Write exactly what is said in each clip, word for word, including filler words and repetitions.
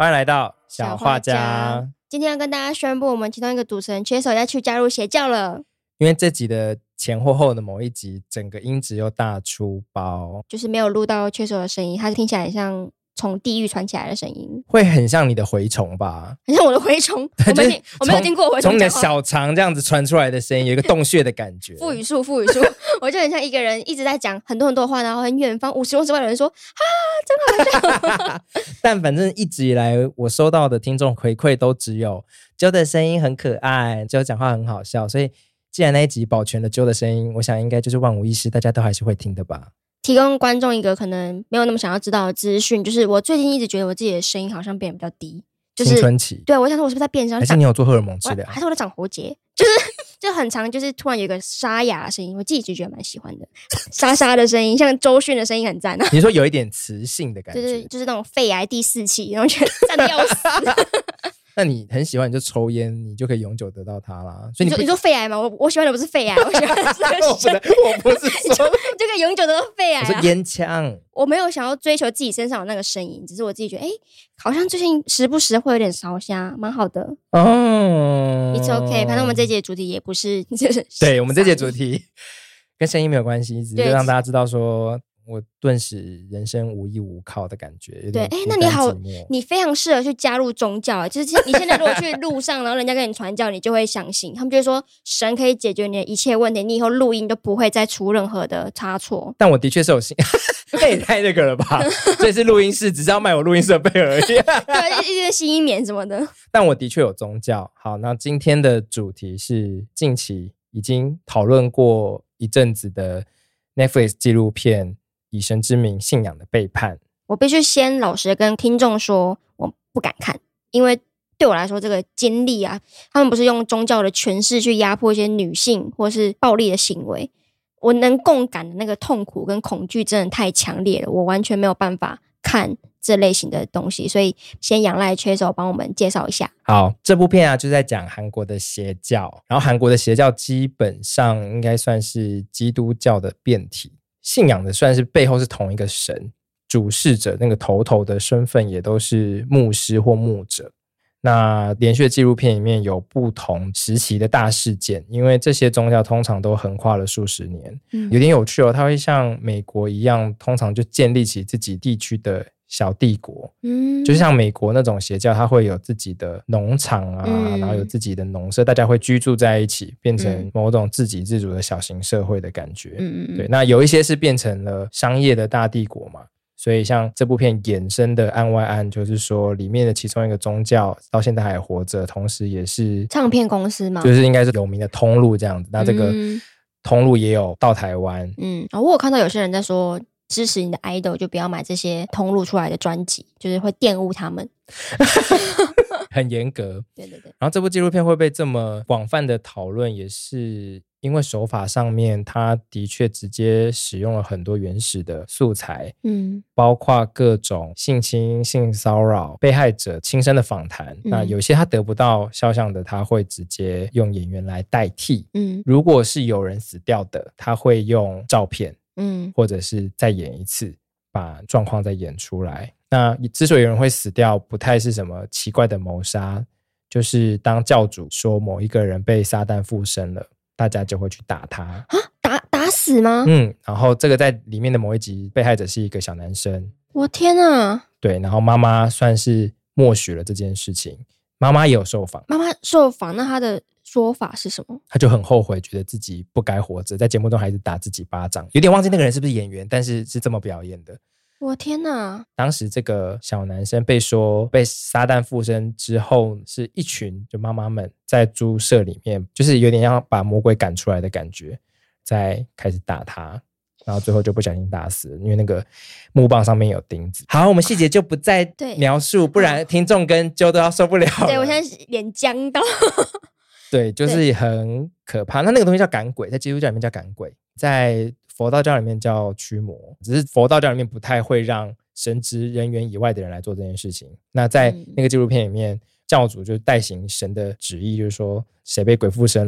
欢迎来到小画家。 今天要跟大家宣布，我们其中一个主持人缺手要去加入邪教了。 因为这集的前或后的某一集，整个音质又大出包， 就是没有录到缺手的声音，它听起来像从地狱传起来的声音， 会很像你的蛔虫吧？ 很像我的蛔虫。我没有，我没有听过蛔虫从你的小肠这样子传出来的声音，有一个洞穴的感觉。 副语数，副语数，我就很像一个人一直在讲很多很多话，然后很远方五十公尺外的人说啊，真好笑。 但反正一直以来我收到的听众回馈都只有啾的声音很可爱，啾讲话很好笑，所以既然那一集保全了啾的声音，我想应该就是万无一失，大家都还是会听的吧。 提供观众一个可能没有那么想要知道的资讯，就是我最近一直觉得我自己的声音好像变得比较低，就是青春期。 对，我想说我是不是在变声， 还是你有做荷尔蒙治疗？ 还是我在长喉结？就是就很长，就是突然有一个沙哑的声音，我自己就觉得蛮喜欢的，沙沙的声音，像周迅的声音很赞啊。 你说有一点磁性的感觉， 就是就是那种肺癌第四期，然后觉得赞的要死。 那你很喜欢你就抽烟，你就可以永久得到它啦。所以你, 你, 说你说肺癌吗？我我喜欢的不是肺癌，我喜欢的是我不是我不是说就, 就可以永久得到肺癌、啊。 我说烟枪，我没有想要追求自己身上有那个声音，只是我自己觉得，哎，好像最近时不时会有点烧瞎，蛮好的。哦 ，It's OK， 反正我们这节主题也不是，就是对我们这节主题跟声音没有关系，只是让大家知道说。我顿时人生无依无靠的感觉， 对，哎，那你好，你非常适合去加入宗教，就是你现在如果去路上，然后人家跟你传教，你就会相信，他们就会说神可以解决你的一切问题，你以后录音都不会再出任何的差错。 但我的确是有信，这也太那个了吧？这是录音室，只是要卖我录音设备而已。 对，一些吸音棉什么的。 但我的确有宗教。好，那今天的主题是近期已经讨论过一阵子的 Netflix 纪录片。以神之名信仰的背叛， 我必须先老实跟听众说我不敢看，因为对我来说这个经历啊，他们不是用宗教的权势去压迫一些女性或是暴力的行为，我能共感的那个痛苦跟恐惧真的太强烈了，我完全没有办法看这类型的东西，所以先仰赖缺手帮我们介绍一下。 好，这部片啊就在讲韩国的邪教，然后韩国的邪教基本上应该算是基督教的变体，信仰的算是背后是同一个神，主事者那个头头的身份也都是牧师或牧者。那连续的纪录片里面有不同时期的大事件，因为这些宗教通常都横跨了数十年、嗯、有点有趣哦，它会像美国一样通常就建立起自己地区的小帝国、嗯、就像美国那种邪教，它会有自己的农场啊、嗯、然后有自己的农舍，大家会居住在一起，变成某种自给自足的小型社会的感觉、嗯、对，那有一些是变成了商业的大帝国嘛，所以像这部片衍生的案外案，就是说里面的其中一个宗教到现在还活着，同时也是唱片公司嘛， 就是应该是有名的通路这样子，那这个通路也有到台湾。 嗯，哦、我有看到有些人在说支持你的 idol 就不要买这些通路出来的专辑，就是会玷污他们。 很严格。 对对对。 然后这部纪录片会被这么广泛的讨论，也是因为手法上面它的确直接使用了很多原始的素材，嗯，包括各种性侵、性骚扰、被害者亲身的访谈、嗯、那有些他得不到肖像的，他会直接用演员来代替，嗯，如果是有人死掉的，他会用照片，嗯，或者是再演一次，把状况再演出来。那之所以有人会死掉，不太是什么奇怪的谋杀，就是当教主说某一个人被撒旦附身了，大家就会去打他。 啊，打打死吗？ 嗯，然后这个在里面的某一集，被害者是一个小男生。 我天啊！ 对，然后妈妈算是默许了这件事情，妈妈也有受访。 妈妈受访，那她的说法是什么？ 她就很后悔，觉得自己不该活着，在节目中还是打自己巴掌，有点忘记那个人是不是演员，但是是这么表演的。 我天哪！ 当时这个小男生被说被撒旦附身之后，是一群就妈妈们在猪舍里面，就是有点要把魔鬼赶出来的感觉，再开始打他，然后最后就不小心打死了，因为那个木棒上面有钉子。好，我们细节就不再描述，不然听众跟啾都要受不了了。 对，我现在脸僵到。 对，就是很可怕。那那个东西叫赶鬼，在基督教里面叫赶鬼，在佛道教里面叫驱魔，只是佛道教里面不太会让神职人员以外的人来做这件事情。那在那个纪录片里面、嗯、教主就代行神的旨意，就是说谁被鬼附身了，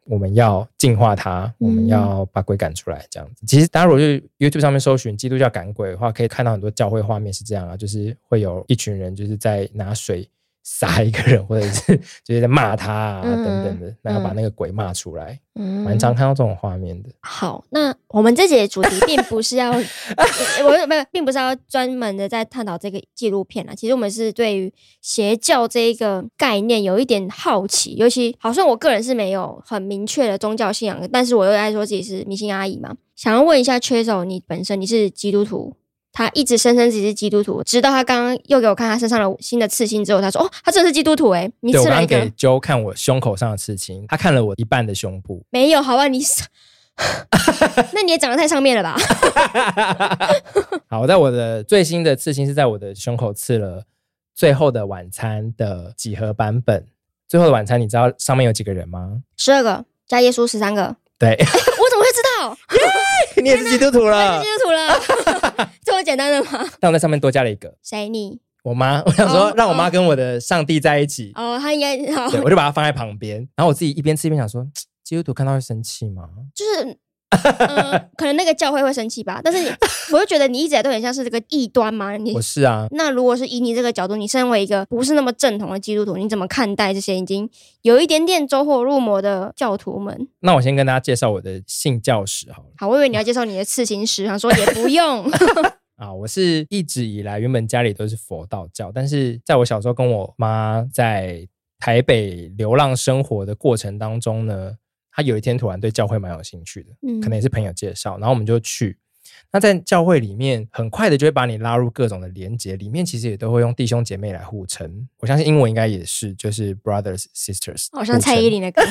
我们要净化它，我们要把鬼赶出来这样子。其实大家如果去 YouTube 上面搜寻基督教赶鬼的话，可以看到很多教会画面是这样啊，就是会有一群人就是在拿水撒一个人，或者是就是在骂他啊、嗯、等等的，那要把那个鬼骂出来，蛮、嗯、常看到这种画面的。 好，那我们这集的主题并不是要我没有并不是要专门的在探讨这个纪录片啦，其实我们是对于邪教这一个概念有一点好奇，尤其好像我个人是没有很明确的宗教信仰的，但是我又爱说自己是迷信阿姨嘛，想要问一下 Chasel， 你本身你是基督徒，他一直声称自己是基督徒，直到他刚刚又给我看他身上的新的刺青之后，他说：“哦，他真的是基督徒哎！”你刺了一个。 对，我刚给 Joe 看我胸口上的刺青，他看了我一半的胸部。 没有，好吧，你那你也长得太上面了吧？ 好，在我的最新的刺青是在我的胸口刺了《最后的晚餐》的几何版本。《最后的晚餐》，你知道上面有几个人吗？ 十二个加耶稣十三个。 对， 我怎么会知道？ 你也是基督徒了， 基督徒了，这么简单的吗？ 但我在上面多加了一个。 谁？你？ 我妈。我想说让我妈跟我的上帝在一起。 哦，她应该好。 对，我就把它放在旁边，然后我自己一边吃一边想说，基督徒看到会生气吗？ 就是。呃、可能那个教会会生气吧，但是我就觉得你一直都很像是这个异端嘛。你我是啊。 那如果是以你这个角度，你身为一个不是那么正统的基督徒，你怎么看待这些已经有一点点走火入魔的教徒们？ 那我先跟大家介绍我的信教史好了。 好，我以为你要介绍你的刺青史，想说也不用。 啊，我是一直以来原本家里都是佛道教，但是在我小时候跟我妈在台北流浪生活的过程当中呢，他有一天突然对教会蛮有兴趣的、嗯、可能也是朋友介绍，然后我们就去。那在教会里面很快的就会把你拉入各种的连结，里面其实也都会用弟兄姐妹来互称，我相信英文应该也是，就是 brothers sisters， 好像蔡依林的歌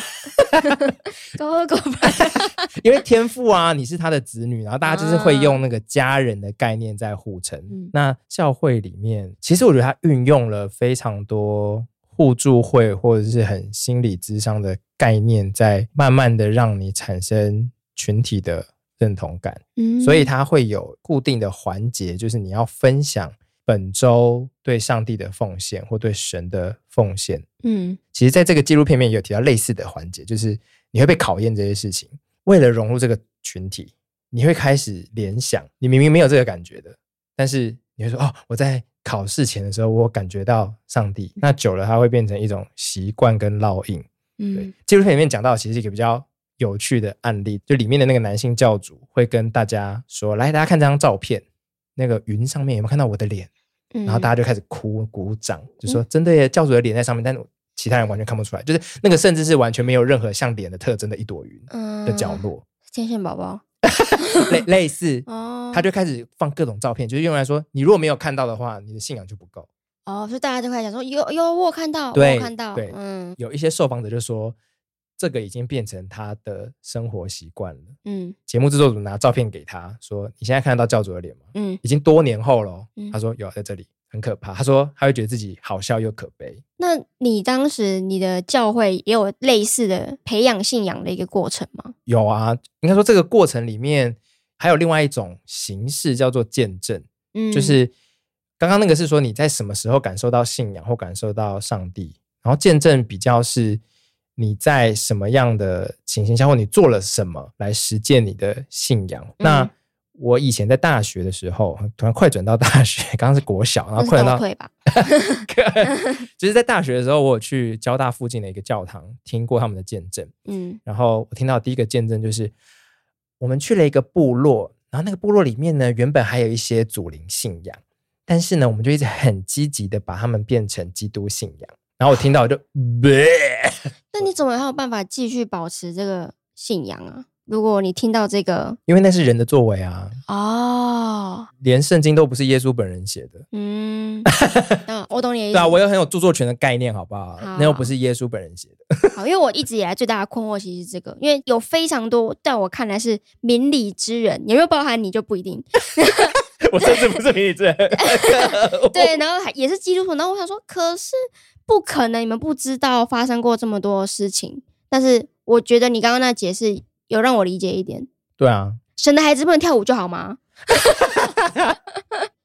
go go brother 因为天父啊你是他的子女，然后大家就是会用那个家人的概念在互称、嗯、那教会里面其实我觉得他运用了非常多互助会或者是很心理諮商的概念，在慢慢的让你产生群体的认同感、嗯、所以它会有固定的环节，就是你要分享本周对上帝的奉献或对神的奉献。嗯，其实在这个纪录片里面也有提到类似的环节，就是你会被考验这些事情，为了融入这个群体你会开始联想，你明明没有这个感觉的，但是你会说哦，我在考试前的时候我感觉到上帝，那久了它会变成一种习惯跟烙印。嗯，对，纪录片里面讲到其实是一个比较有趣的案例，就里面的那个男性教主会跟大家说，来大家看这张照片，那个云上面有没有看到我的脸、嗯、然后大家就开始哭鼓掌，就说、嗯、真的耶，教主的脸在上面，但其他人完全看不出来，就是那个甚至是完全没有任何像脸的特征的一朵云的角落、嗯、 天线宝宝类, 类似、哦、他就开始放各种照片，就是用来说你如果没有看到的话你的信仰就不够哦，所以大家就开始讲说有有我有看到， 对， 我有看到， 对、嗯，有一些受访者就说这个已经变成他的生活习惯了。嗯，节目制作组拿照片给他说你现在看得到教主的脸吗？嗯，已经多年后了、嗯、他说有在这里，很可怕，他说他会觉得自己好笑又可悲。 那你当时你的教会也有类似的培养信仰的一个过程吗？ 有啊，应该说这个过程里面还有另外一种形式叫做见证。嗯，就是刚刚那个是说你在什么时候感受到信仰或感受到上帝，然后见证比较是你在什么样的情形下或你做了什么来实践你的信仰、嗯、那我以前在大学的时候突然快转到大学，刚刚是国小然后快转到退吧就是在大学的时候我有去交大附近的一个教堂听过他们的见证。嗯，然后我听到第一个见证就是我们去了一个部落，然后那个部落里面呢原本还有一些祖灵信仰，但是呢我们就一直很积极的把他们变成基督信仰，然后我听到我就那你怎么还有办法继续保持这个信仰啊？如果你听到这个， 因为那是人的作为啊。 哦， 连圣经都不是耶稣本人写的。 嗯，嗯，我懂你的意思。 对啊，我有很有著作权的概念好不好？好，那又不是耶稣本人写的。 好，因为我一直以来最大的困惑其实是这个，因为有非常多在我看来是明理之人，有没有包含你就不一定。 我甚至不是明理之人。 对，然后也是基督徒，然后我想说可是不可能你们不知道发生过这么多事情，但是我觉得你刚刚那解释有让我理解一点。 对啊， 神的孩子不能跳舞就好吗？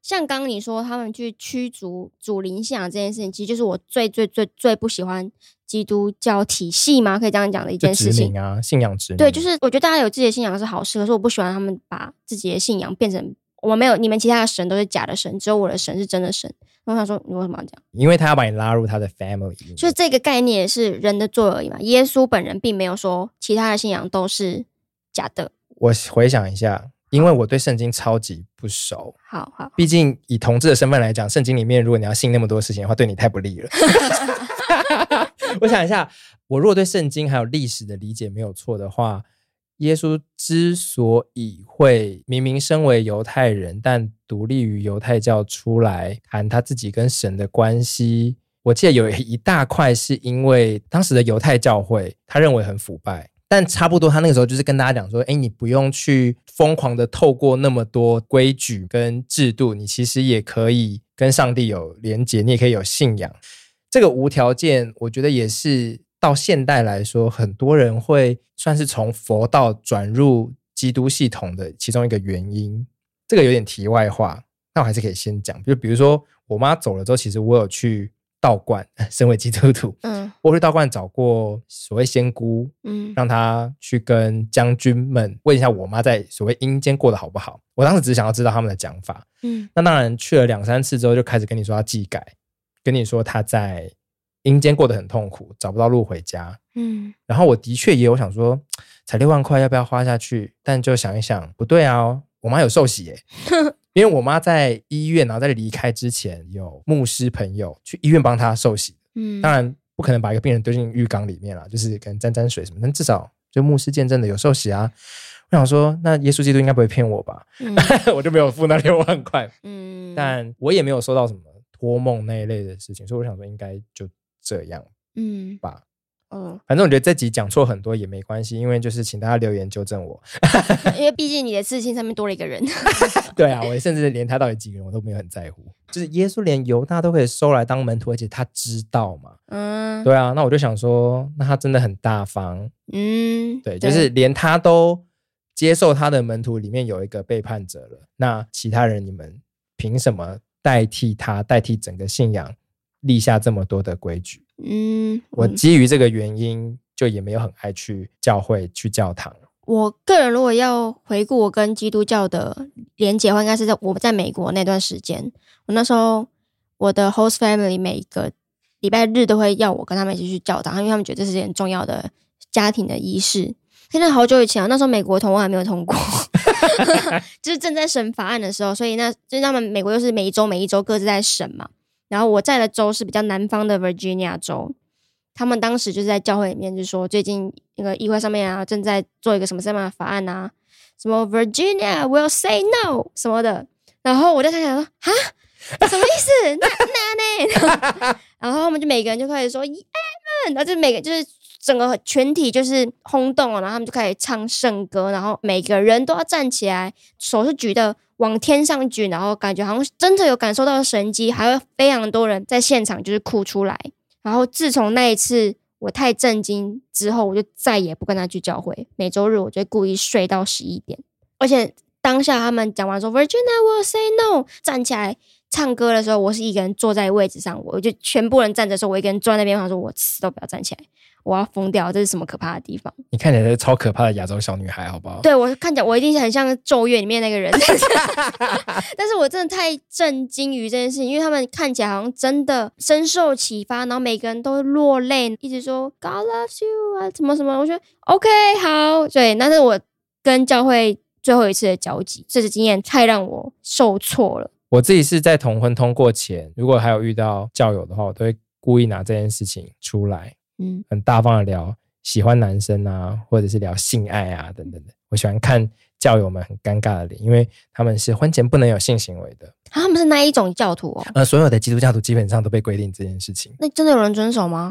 像刚刚你说他们去驱逐祖灵信仰这件事情，其实就是我最最最最不喜欢基督教体系吗？可以这样讲的一件事情啊，信仰殖民。 对，就是我觉得大家有自己的信仰是好事，可是我不喜欢他们把自己的信仰变成我没有你们其他的神都是假的神，只有我的神是真的神。我想说，你为什么要这样？ 因为他要把你拉入他的 family 里面， 所以这个概念也是人的做而已嘛。耶稣本人并没有说其他的信仰都是假的。 我回想一下，因为我对圣经超级不熟， 好好， 毕竟以同志的身份来讲，圣经里面如果你要信那么多事情的话，对你太不利了。我想一下，我如果对圣经还有历史的理解没有错的话，耶稣之所以会明明身为犹太人，但独立于犹太教出来谈他自己跟神的关系，我记得有一大块是因为当时的犹太教会他认为很腐败，但差不多他那个时候就是跟大家讲说，哎，你不用去疯狂的透过那么多规矩跟制度，你其实也可以跟上帝有连结，你也可以有信仰。这个无条件我觉得也是到现代来说，很多人会算是从佛道转入基督系统的其中一个原因。这个有点题外话，那我还是可以先讲。就比如说我妈走了之后，其实我有去道观，身为基督徒，嗯，我去道观找过所谓仙姑，嗯，让她去跟将军们问一下我妈在所谓阴间过得好不好。我当时只是想要知道他们的讲法，嗯，那当然去了两三次之后，就开始跟你说要祭改，跟你说她在阴间过得很痛苦，找不到路回家，嗯，然后我的确也有想说，才六万块要不要花下去？但就想一想，不对啊，我妈有受洗耶。因为我妈在医院，然后在离开之前，有牧师朋友去医院帮她受洗。嗯，当然不可能把一个病人丢进浴缸里面啦，就是可能沾沾水什么，但至少就牧师见证的有受洗啊。我想说，那耶稣基督应该不会骗我吧？嗯、我就没有付那六万块。嗯，但我也没有收到什么托梦那一类的事情，所以我想说应该就这样，嗯吧。嗯，反正我觉得这集讲错很多也没关系，因为就是请大家留言纠正我。 因为毕竟你的刺青上面多了一个人。 对啊，我甚至连他到底几个人我都没有很在乎。就是耶稣连犹大都可以收来当门徒，而且他知道嘛。嗯，对啊，那我就想说，那他真的很大方。嗯，对，就是连他都接受他的门徒里面有一个背叛者了，那其他人你们凭什么代替他，代替整个信仰立下这么多的规矩？嗯，我基于这个原因就也没有很爱去教会去教堂。 我个人如果要回顾我跟基督教的连结的话，应该是在我在美国那段时间。我那时候我的 host family 每个礼拜日都会要我跟他们一起去教堂，因为他们觉得这是很重要的家庭的仪式。现在好久以前、啊、那时候美国同婚还没有通过。就是正在审法案的时候，所以那就是他们美国又是每一州每一州各自在审嘛。然后我在的州是比较南方的 Virginia 州，他们当时就是在教会里面就说最近那个议会上面啊正在做一个什么什么法案啊，什么 Virginia will say no 什么的，然后我就在想说哈什么意思那那呢然后他们就每个人就开始说 Amen， 然后就每个就是整个全体就是轰动了，然后他们就开始唱圣歌，然后每个人都要站起来，手是举的往天上举，然后感觉好像真的有感受到神迹，还有非常多人在现场就是哭出来。然后自从那一次我太震惊之后，我就再也不跟他去教会，每周日我就故意睡到十一点，而且当下他们讲完说 Virginia will say no 站起来唱歌的时候，我是一个人坐在位置上，我就全部人站着的时候，我一个人坐在那边，我说我死都不要站起来，我要疯掉，这是什么可怕的地方？ 你看起来是超可怕的亚洲小女孩，好不好？ 对，我看起来我一定很像咒怨里面那个人。但是我真的太震惊于这件事情，因为他们看起来好像真的深受启发，然后每个人都落泪，一直说 God loves you 啊什么什么，我觉得 OK 好，对，那是我跟教会最后一次的交集，这次经验太让我受挫了。 我自己是在同婚通过前，如果还有遇到教友的话，我都会故意拿这件事情出来，嗯，很大方的聊喜欢男生啊，或者是聊性爱啊等等的。我喜欢看教友们很尴尬的脸，因为他们是婚前不能有性行为的。 啊、他们是哪一种教徒哦？ 呃，所有的基督教徒基本上都被规定这件事情。 那真的有人遵守吗？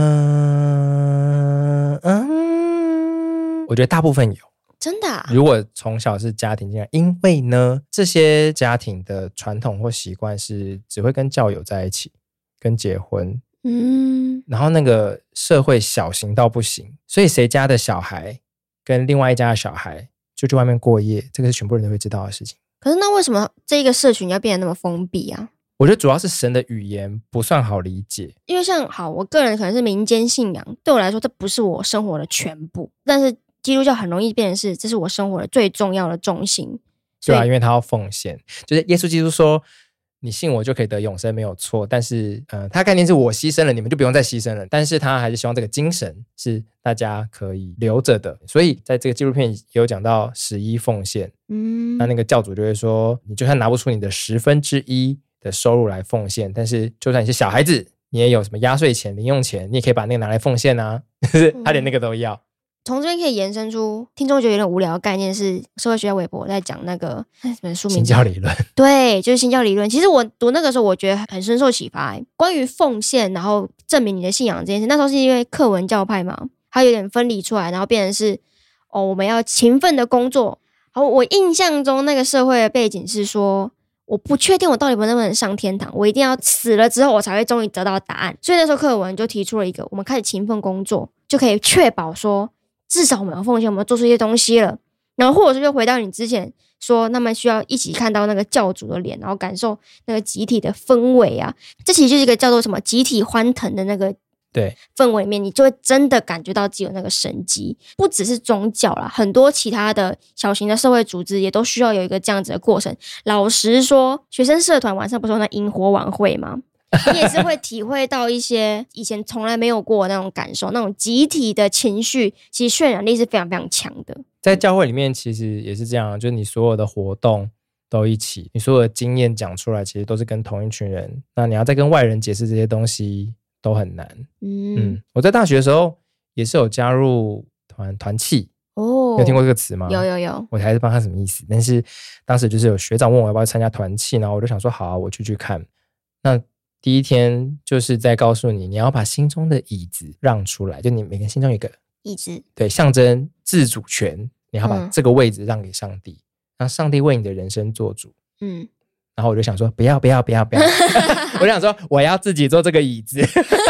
嗯、呃、嗯，我觉得大部分有。 真的、啊？ 如果从小是家庭这样，因为呢，这些家庭的传统或习惯是只会跟教友在一起，跟结婚，嗯，然后那个社会小型到不行，所以谁家的小孩跟另外一家的小孩就去外面过夜，这个是全部人都会知道的事情。 可是那为什么这个社群要变得那么封闭啊？ 我觉得主要是神的语言不算好理解， 因为像好，我个人可能是民间信仰，对我来说这不是我生活的全部，但是基督教很容易变成是这是我生活的最重要的重心。 对啊，因为他要奉献，就是耶稣基督说你信我就可以得永生没有错，但是呃，他概念是我牺牲了你们就不用再牺牲了，但是他还是希望这个精神是大家可以留着的，所以在这个纪录片也有讲到十一奉献，嗯，那那个教主就会说你就算拿不出你的十分之一的收入来奉献，但是就算你是小孩子你也有什么压岁钱零用钱，你也可以把那个拿来奉献啊他连那个都要。 从这边可以延伸出听众觉得有点无聊的概念是社会学家韦伯在讲那个什么书名新教理论， 对，就是新教理论。其实我读那个时候我觉得很深受启发，关于奉献然后证明你的信仰这件事，那时候是因为课文教派嘛，它有点分离出来，然后变成是哦我们要勤奋的工作。好，我印象中那个社会的背景是说我不确定我到底能不能上天堂，我一定要死了之后我才会终于得到答案，所以那时候课文就提出了一个我们开始勤奋工作就可以确保说至少我们有奉献，我们做出一些东西了，然后或者是就回到你之前说那么需要一起看到那个教主的脸，然后感受那个集体的氛围啊，这其实就是一个叫做什么集体欢腾的那个对氛围里面，你就会真的感觉到自己有那个神迹。不只是宗教啦，很多其他的小型的社会组织也都需要有一个这样子的过程。老实说，学生社团晚上不是有那萤火晚会吗？你也是会体会到一些以前从来没有过的那种感受，那种集体的情绪其实渲染力是非常非常强的。 在教会里面其实也是这样，就是你所有的活动都一起，你所有的经验讲出来其实都是跟同一群人，那你要再跟外人解释这些东西都很难。 嗯, 嗯我在大学的时候也是有加入团团契哦，你有听过这个词吗？ 有有有， 我还是不知道它什么意思，但是当时就是有学长问我要不要参加团契，然后我就想说好啊，我去去看。那第一天就是在告诉你你要把心中的椅子让出来，就你每个人心中有一个椅子，对， 象征自主权，你要把这个位置让给上帝，嗯、让上帝为你的人生做主。嗯，然后我就想说不要不要不要不要我就想说我要自己坐这个椅子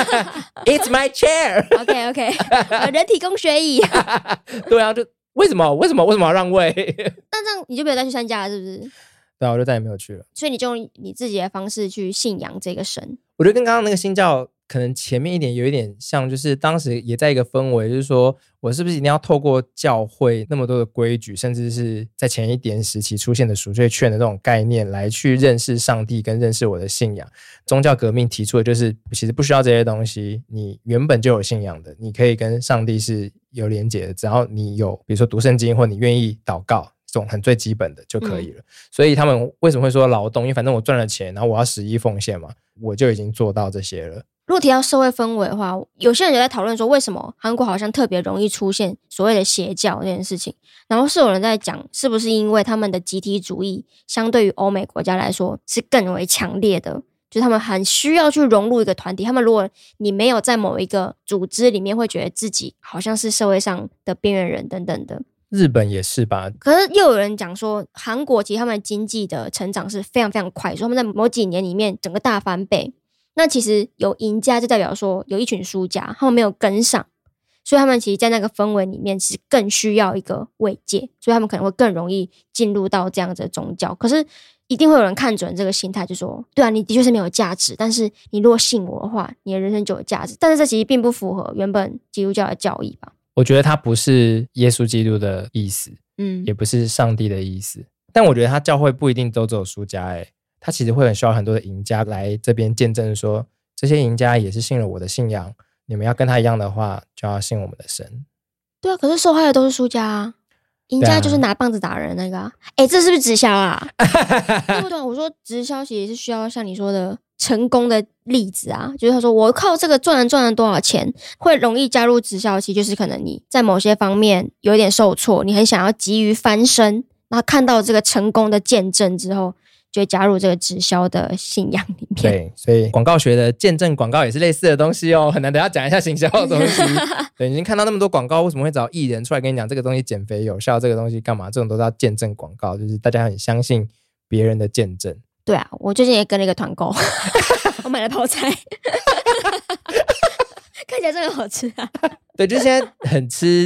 It's my chair OK OK 人体工学椅对啊，就为什么为什么为什么要让位那这样你就没有再去参加了是不是？ 对啊，我就再也没有去了。 所以你就用你自己的方式去信仰这个神。 我觉得跟刚刚那个新教可能前面一点有一点像，就是当时也在一个氛围，就是说我是不是一定要透过教会那么多的规矩，甚至是在前一点时期出现的赎罪券的这种概念来去认识上帝跟认识我的信仰。宗教革命提出的就是其实不需要这些东西，你原本就有信仰的，你可以跟上帝是有连结的，只要你有比如说读圣经或你愿意祷告，这种很最基本的就可以了。嗯、所以他们为什么会说劳动？因为反正我赚了钱，然后我要十一奉献嘛，我就已经做到这些了。 如果提到社会氛围的话，有些人有在讨论说为什么韩国好像特别容易出现所谓的邪教这件事情，然后是有人在讲是不是因为他们的集体主义相对于欧美国家来说是更为强烈的，就是他们很需要去融入一个团体，他们如果你没有在某一个组织里面会觉得自己好像是社会上的边缘人等等的。 日本也是吧？ 可是又有人讲说韩国其实他们经济的成长是非常非常快，所以他们在某几年里面整个大翻倍。那其实有赢家就代表说有一群输家，他们没有跟上，所以他们其实在那个氛围里面是更需要一个慰藉，所以他们可能会更容易进入到这样子的宗教。可是一定会有人看准这个心态，就说对啊，你的确是没有价值，但是你如果信我的话，你的人生就有价值。但是这其实并不符合原本基督教的教义吧。 我觉得它不是耶稣基督的意思，嗯，也不是上帝的意思。但我觉得他教会不一定都只有输家，欸，他其实会很需要很多的赢家来这边见证说，这些赢家也是信了我的信仰，你们要跟他一样的话，就要信我们的神。 对啊，可是受害的都是输家啊，赢家就是拿棒子打人那个啊。哎，这是不是直销啊？对不对？我说直销其实是需要像你说的成功的例子啊，就是他说我靠这个赚了赚了多少钱，会容易加入直销，其实就是可能你在某些方面有一点受挫，你很想要急于翻身，然后看到这个成功的见证之后，就会加入这个直销的信仰里面。 对，所以广告学的见证广告也是类似的东西哦，很难。等一下讲一下行销的东西。对，你已经看到那么多广告，为什么会找艺人出来跟你讲这个东西减肥有效，这个东西干嘛？这种都是要见证广告，就是大家很相信别人的见证。 对啊，我最近也跟了一个团购，我买了泡菜，看起来真的好吃啊。 对，就是现在很吃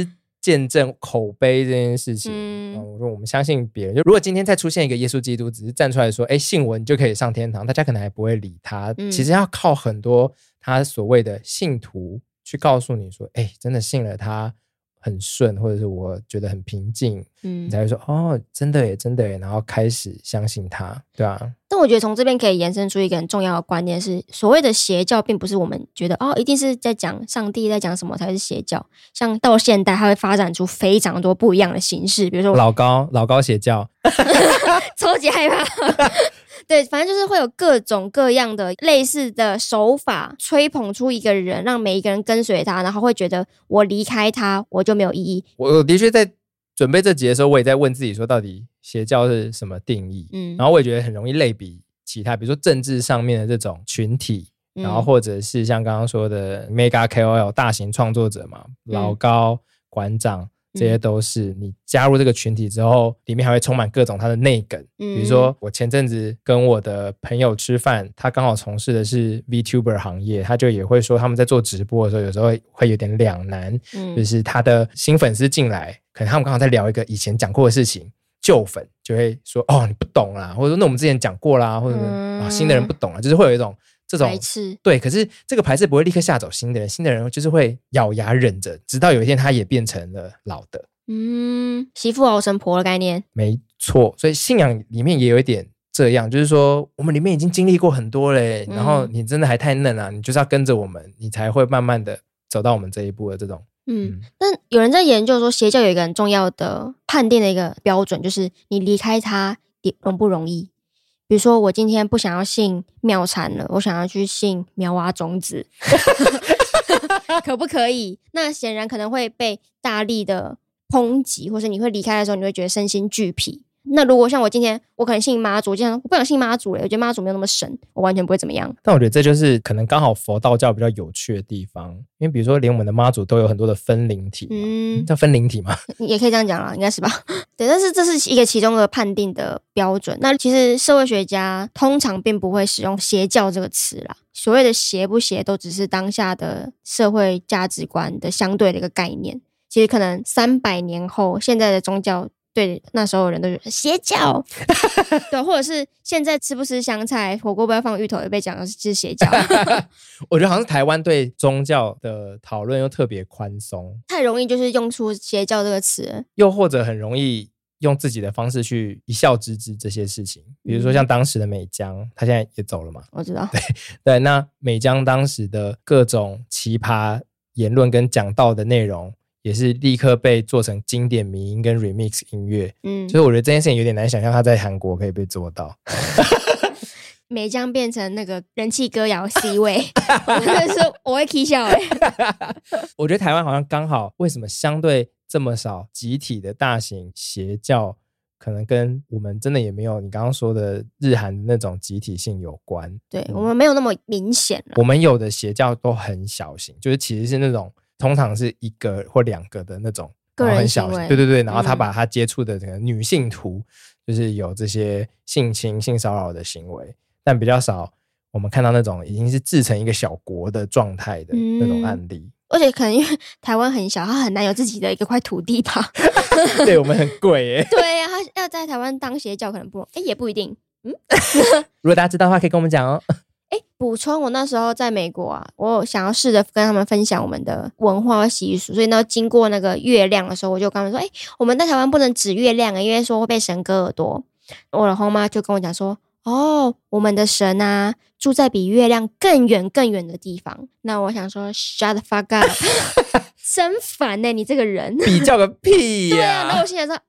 见证口碑这件事情。嗯，我说我们相信别人，就如果今天再出现一个耶稣基督，只是站出来说，哎，信我你就可以上天堂，大家可能还不会理他。嗯、其实要靠很多他所谓的信徒去告诉你说，哎，真的信了他很顺，或者是我觉得很平静，嗯，你才会说哦，真的耶，真的耶，然后开始相信他，对啊。 但我觉得从这边可以延伸出一个很重要的观念是，所谓的邪教并不是我们觉得哦，一定是在讲上帝在讲什么才是邪教。像到现代，它会发展出非常多不一样的形式，比如说老高老高邪教， 超级害怕。对，反正就是会有各种各样的类似的手法，吹捧出一个人，让每一个人跟随他，然后会觉得我离开他我就没有意义。 我的确在准备这集的时候，我也在问自己说，到底邪教是什么定义？嗯，然后我也觉得很容易类比其他，比如说政治上面的这种群体，嗯、然后或者是像刚刚说的 Mega K O L 大型创作者嘛，嗯、老高馆长。这些都是你加入这个群体之后，里面还会充满各种他的内梗。嗯、比如说，我前阵子跟我的朋友吃饭，他刚好从事的是 VTuber 行业，他就也会说他们在做直播的时候，有时候会有点两难，嗯、就是他的新粉丝进来，可能他们刚好在聊一个以前讲过的事情，旧粉就会说哦你不懂啦，或者说那我们之前讲过啦，或者、嗯哦、新的人不懂啦，就是会有一种。这种排斥对，可是这个排斥不会立刻吓走新的人，新的人就是会咬牙忍着，直到有一天他也变成了老的。 嗯，媳妇熬成婆的概念， 没错。所以信仰里面也有一点这样，就是说我们里面已经经历过很多嘞，嗯、然后你真的还太嫩啊，你就是要跟着我们，你才会慢慢的走到我们这一步的这种。 嗯，但有人在研究说，邪教有一个很重要的判定的一个标准，就是你离开它容不容易。比如说我今天不想要信妙禅了，我想要去信苗蛙种子可不可以？那显然可能会被大力的抨击，或是你会离开的时候你会觉得身心俱疲。那如果像我今天我可能信妈祖，我今天我不想信妈祖了，我觉得妈祖没有那么神，我完全不会怎么样。 但我觉得这就是可能刚好佛道教比较有趣的地方，因为比如说连我们的妈祖都有很多的分灵体，嗯，叫分灵体吗？ 也可以这样讲啦，应该是吧。对，但是这是一个其中的判定的标准。那其实社会学家通常并不会使用邪教这个词啦，所谓的邪不邪都只是当下的社会价值观的相对的一个概念。其实可能三百年后，现在的宗教对那时候的人都觉得邪教对，或者是现在吃不吃香菜，火锅不要放芋头，也被讲的是邪教我觉得好像是台湾对宗教的讨论又特别宽松， 太容易就是用出邪教这个词， 又或者很容易用自己的方式去一笑置之这些事情。比如说像当时的美江，他现在也走了嘛， 我知道。 对对，那美江当时的各种奇葩言论跟讲道的内容也是立刻被做成经典迷音跟 remix 音乐，嗯，所以我觉得这件事情有点难想象他在韩国可以被做到。 美江变成那个人气歌谣 C 位，我真的是我会起笑哎。 我觉得台湾好像刚好，为什么相对这么少集体的大型邪教，可能跟我们真的也没有你刚刚说的日韩的那种集体性有关。 对、嗯、我们没有那么明显了， 我们有的邪教都很小型，就是其实是那种通常是一个或两个的那种个人行为， 对对对，然后他把他接触的这个女性徒、嗯、就是有这些性侵性骚扰的行为，但比较少我们看到那种已经是自成一个小国的状态的那种案例、嗯、 而且可能因为台湾很小，他很难有自己的一个块土地吧对，我们很贵耶对呀、啊，他要在台湾当邪教可能不容易，也不一定嗯如果大家知道的话可以跟我们讲哦。 哎，补充，我那时候在美国啊，我有想要试着跟他们分享我们的文化习俗，所以呢，经过那个月亮的时候，我就跟他们说，哎，我们在台湾不能指月亮啊，因为说会被神割耳朵。我的后妈就跟我讲说，哦，我们的神啊，住在比月亮更远更远的地方。那我想说 ，shut the fuck up， 真烦呢、欸，你这个人比较个屁呀、啊！ 对啊，那我心想说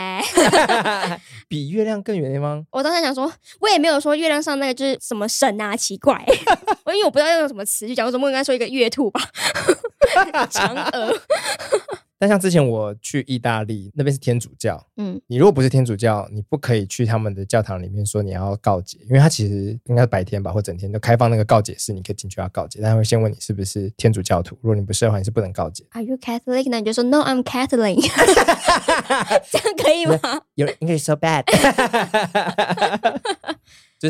，OK， 比月亮更远的地方。 我当时想说，我也没有说月亮上那个就是什么神啊，奇怪、欸，因为我不知道要用什么词去讲，我怎么应该说一个月兔吧，嫦娥。 但像之前我去意大利，那边是天主教，嗯，你如果不是天主教，你不可以去他们的教堂里面说你要告解，因为他其实应该白天吧，或整天都开放那个告解室，你可以进去要告解，但他会先问你是不是天主教徒，如果你不是的话，你是不能告解。 Are you Catholic？ 那你就说 No, I'm Catholic 这样可以吗？ Your English so bad 就是其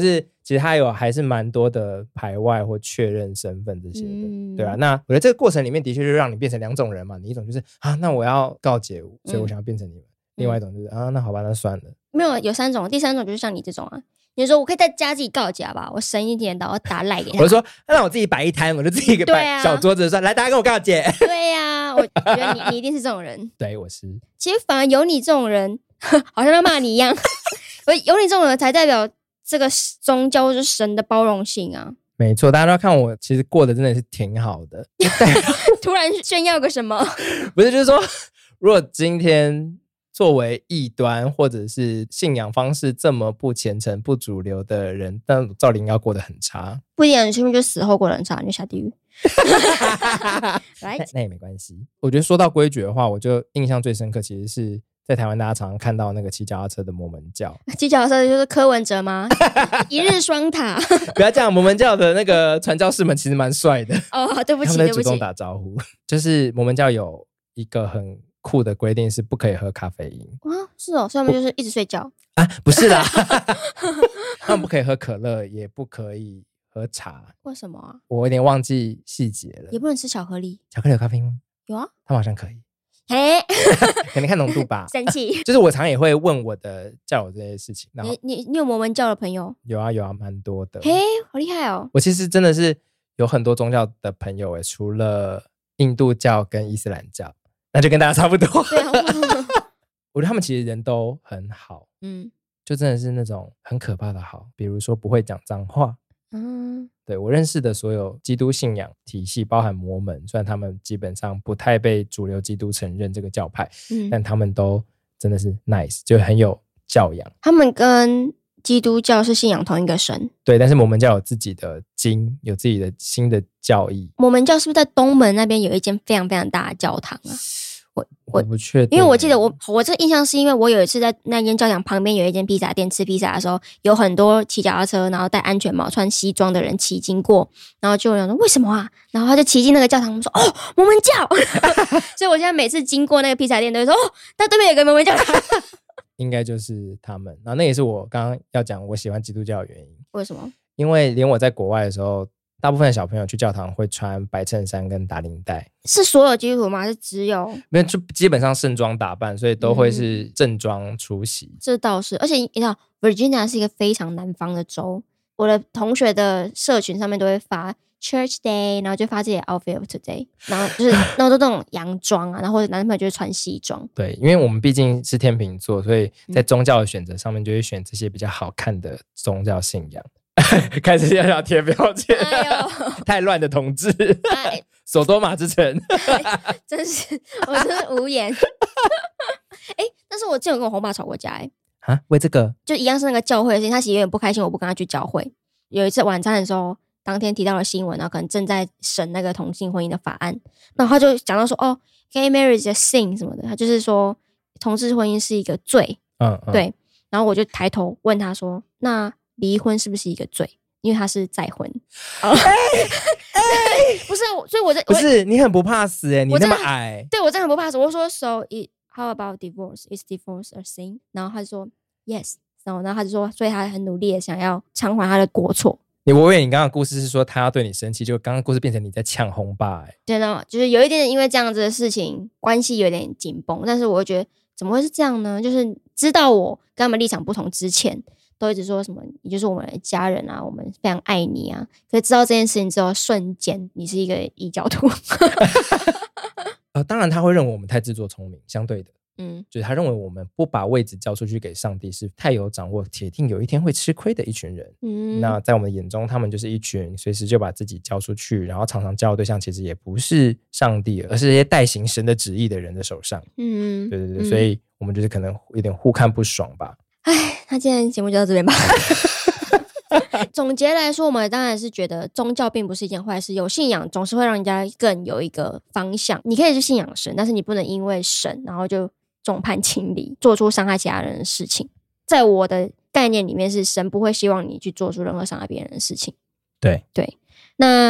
其实它有还是蛮多的排外或确认身份这些的、 嗯、 对啊。那我觉得这个过程里面的确就让你变成两种人嘛，你一种就是啊那我要告解，所以我想要变成你们、嗯、另外一种就是啊那好吧那算了。 没有，有三种，第三种就是像你这种啊，你说我可以在家自己告解吧，我省一点的，我打赖给他。 我就说那我自己摆一摊，我就自己摆小桌子说、啊、来大家跟我告解。 对呀、啊，我觉得你你一定是这种人。 对，我是。 其实反而有你这种人好像在骂你一样有你这种人才代表这个宗教或是神的包容性啊。 没错，大家都要看我其实过得真的是挺好的突然炫耀个什么不是，就是说如果今天作为异端或者是信仰方式这么不虔诚不主流的人，但照理应该过得很差。 不一定，你是不是就死后过得很差，你就下地狱那, 那也没关系。我觉得说到规矩的话，我就印象最深刻其实是在台湾大家常常看到那个骑脚踏车的摩门教。 骑脚踏车就是柯文哲吗一日双塔不要这样，摩门教的那个传教士们其实蛮帅的哦，对不起他们在主动打招呼。就是摩门教有一个很酷的规定是不可以喝咖啡因啊，是哦，所以他们就是一直睡觉啊？不是啦他们不可以喝可乐，也不可以喝茶。 为什么啊？ 我有点忘记细节了。 也不能吃巧克力。 巧克力有咖啡因吗？ 有啊， 他们好像可以。 嘿可能看浓度吧生气就是我常也会问我的教友这些事情。然后你你你有摩门教的朋友？ 有啊有啊，蛮多的。 嘿，好厉害哦。 我其实真的是有很多宗教的朋友耶，除了印度教跟伊斯兰教，那就跟大家差不多对、啊、我觉得他们其实人都很好，嗯，就真的是那种很可怕的好，比如说不会讲脏话。嗯，对，我认识的所有基督信仰体系，包含摩门，虽然他们基本上不太被主流基督承认这个教派、嗯、但他们都真的是 nice， 就很有教养。 他们跟基督教是信仰同一个神， 对，但是摩门教有自己的经，有自己的新的教义。 摩门教是不是在东门那边有一间非常非常大的教堂啊？ 我我不确定， 因为我记得我我这个印象是因为我有一次在那间教堂旁边有一间披萨店吃披萨的时候，有很多骑脚踏车然后戴安全帽穿西装的人骑经过，然后就有人说为什么啊，然后他就骑进那个教堂说哦摩门教所以我现在每次经过那个披萨店都会说哦他对面有个摩门教应该就是他们。然后那也是我刚刚要讲我喜欢基督教的原因。 为什么？ 因为连我在国外的时候，大部分的小朋友去教堂会穿白衬衫跟打领带。 是所有基督徒吗？还是只有？ 没有，就基本上盛装打扮，所以都会是正装出席、嗯、 这倒是。而且你知道 Virginia 是一个非常南方的州，我的同学的社群上面都会发 Church Day， 然后就发自己的 outfit of today， 然后就是然后都这种洋装啊，然后或者男朋友就会穿西装。对， 因为我们毕竟是天秤座，所以在宗教的选择上面就会选这些比较好看的宗教信仰。开始要要贴标签、哎、太乱的统治、哎、索多玛之城、 哎、真是我真是无言哎，但是我之前有跟我红爸吵过架哎、 啊，为这个就一样是那个教会的事情，他其实有点不开心我不跟他去教会。有一次晚餐的时候，当天提到了新闻，然后可能正在审那个同性婚姻的法案，然后他就讲到说哦 gay marriage is a sin 什么的，他就是说同志婚姻是一个罪。嗯, 嗯对，然后我就抬头问他说那离婚是不是一个罪？因为他是再婚。哎、哦欸、不是，所以我在不是你很不怕死哎、欸，你那么矮。 对，我真的很不怕死。我说 So it, how about divorce? Is divorce a sin? 然后他就说 Yes。然后他就说，所以他很努力的想要偿还他的过错。 你我以为你刚刚的故事是说他要对你生气，就刚刚故事变成你在呛轰爸哎、欸。 真的，就是有一点点因为这样子的事情关系有点紧绷，但是我觉得怎么会是这样呢？就是知道我跟他们立场不同之前。都一直说什么你就是我们的家人啊，我们非常爱你啊，可是知道这件事情之后瞬间你是一个异教徒呃，当然他会认为我们太自作聪明，相对的嗯，就是他认为我们不把位置交出去给上帝是太有掌握，铁定有一天会吃亏的一群人。嗯，那在我们眼中他们就是一群随时就把自己交出去，然后常常交的对象其实也不是上帝，而是这些代行神的旨意的人的手上。嗯，对对对、嗯、所以我们就是可能有点互看不爽吧。 唉，那今天节目就到这边吧总结来说，我们当然是觉得宗教并不是一件坏事，有信仰总是会让人家更有一个方向。你可以去信仰神，但是你不能因为神然后就众叛亲离，做出伤害其他人的事情。在我的概念里面是神不会希望你去做出任何伤害别人的事情。 对对，那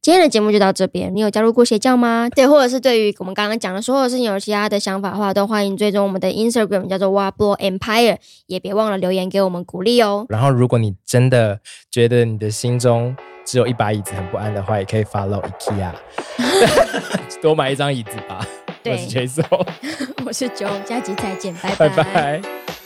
今天的节目就到这边，你有加入过邪教吗？对，或者是对于我们刚刚讲的所有事情有其他的想法的话，都欢迎追踪我们的 Instagram 叫做挖波 Empire， 也别忘了留言给我们鼓励哦。 然后如果你真的觉得你的心中只有一把椅子很不安的话，也可以 follow IKEA 多买一张椅子吧。 对， 我是 Jason 我是 Joe， 下集再见，拜拜拜。